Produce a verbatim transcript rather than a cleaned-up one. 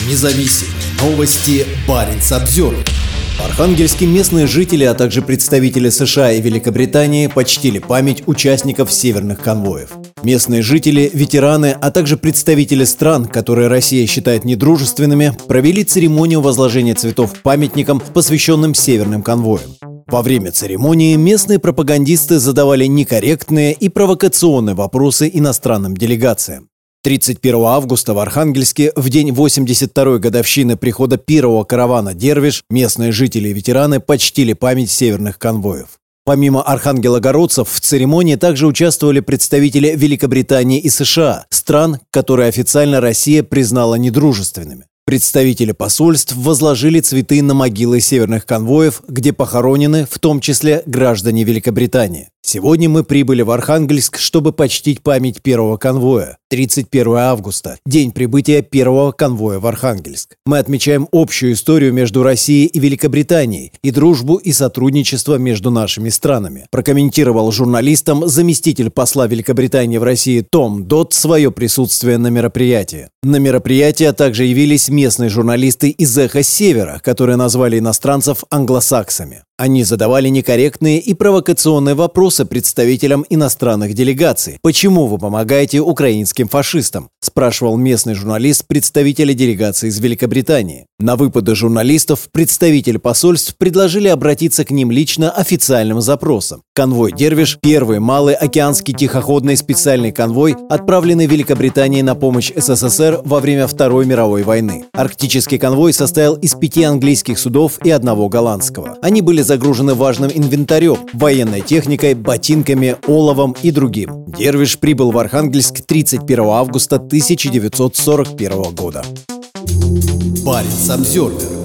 независим. Новости Баренц-Обзервер. В Архангельске местные жители, а также представители США и Великобритании почтили память участников северных конвоев. Местные жители, ветераны, а также представители стран, которые Россия считает недружественными, провели церемонию возложения цветов памятникам, посвященным северным конвоям. Во время церемонии местные пропагандисты задавали некорректные и провокационные вопросы иностранным делегациям. тридцать первого августа в Архангельске, в день восемьдесят второй годовщины прихода первого каравана «Дервиш», местные жители и ветераны почтили память северных конвоев. Помимо архангелогородцев, в церемонии также участвовали представители Великобритании и США, стран, которые официально Россия признала недружественными. Представители посольств возложили цветы на могилы северных конвоев, где похоронены в том числе граждане Великобритании. Сегодня мы прибыли в Архангельск, чтобы почтить память первого конвоя. тридцать первого августа – день прибытия первого конвоя в Архангельск. Мы отмечаем общую историю между Россией и Великобританией и дружбу и сотрудничество между нашими странами, прокомментировал журналистам заместитель посла Великобритании в России Том Дот свое присутствие на мероприятии. На мероприятие также явились местные журналисты из «Эхо Севера», которые назвали иностранцев англосаксами. Они задавали некорректные и провокационные вопросы представителям иностранных делегаций. «Почему вы помогаете украинским фашистам?» – спрашивал местный журналист представителя делегации из Великобритании. На выпады журналистов представители посольств предложили обратиться к ним лично официальным запросом. Конвой «Дервиш» – первый малый океанский тихоходный специальный конвой, отправленный Великобританией на помощь СССР во время Второй мировой войны. Арктический конвой состоял из пяти английских судов и одного голландского. Они были загружены важным инвентарем, военной техникой, ботинками, оловом и другим. «Дервиш» прибыл в Архангельск тридцать первого августа тысяча девятьсот сорок первого года. Баренц-Обзервер.